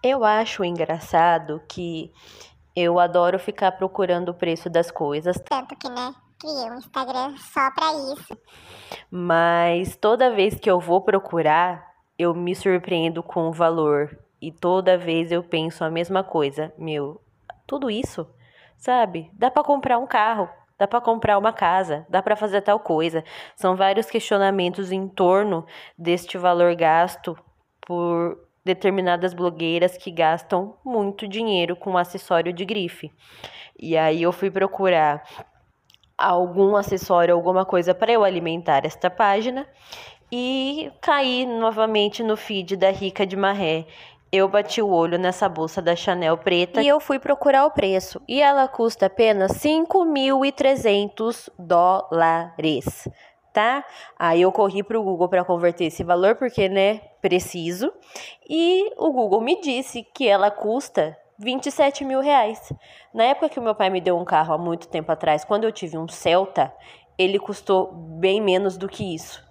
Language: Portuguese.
Eu acho engraçado que eu adoro ficar procurando o preço das coisas, Tanto que, né, criei um Instagram só pra isso. mas toda vez que eu vou procurar, eu me surpreendo com o valor. E toda vez eu penso a mesma coisa. Meu, tudo isso, sabe? Dá pra comprar um carro, dá pra comprar uma casa, dá pra fazer tal coisa. São vários questionamentos em torno deste valor gasto por determinadas blogueiras que gastam muito dinheiro com acessório de grife. E aí eu fui procurar algum acessório, alguma coisa para eu alimentar esta página e caí novamente no feed da Rica de Marré. Eu bati o olho nessa bolsa da Chanel preta e eu fui procurar o preço. E ela custa apenas US$ 5.300, tá? Aí eu corri pro Google para converter esse valor, porque, né, preciso. E o Google me disse que ela custa R$ 27.000. Na época que o meu pai me deu um carro há muito tempo atrás, quando eu tive um Celta, ele custou bem menos do que isso.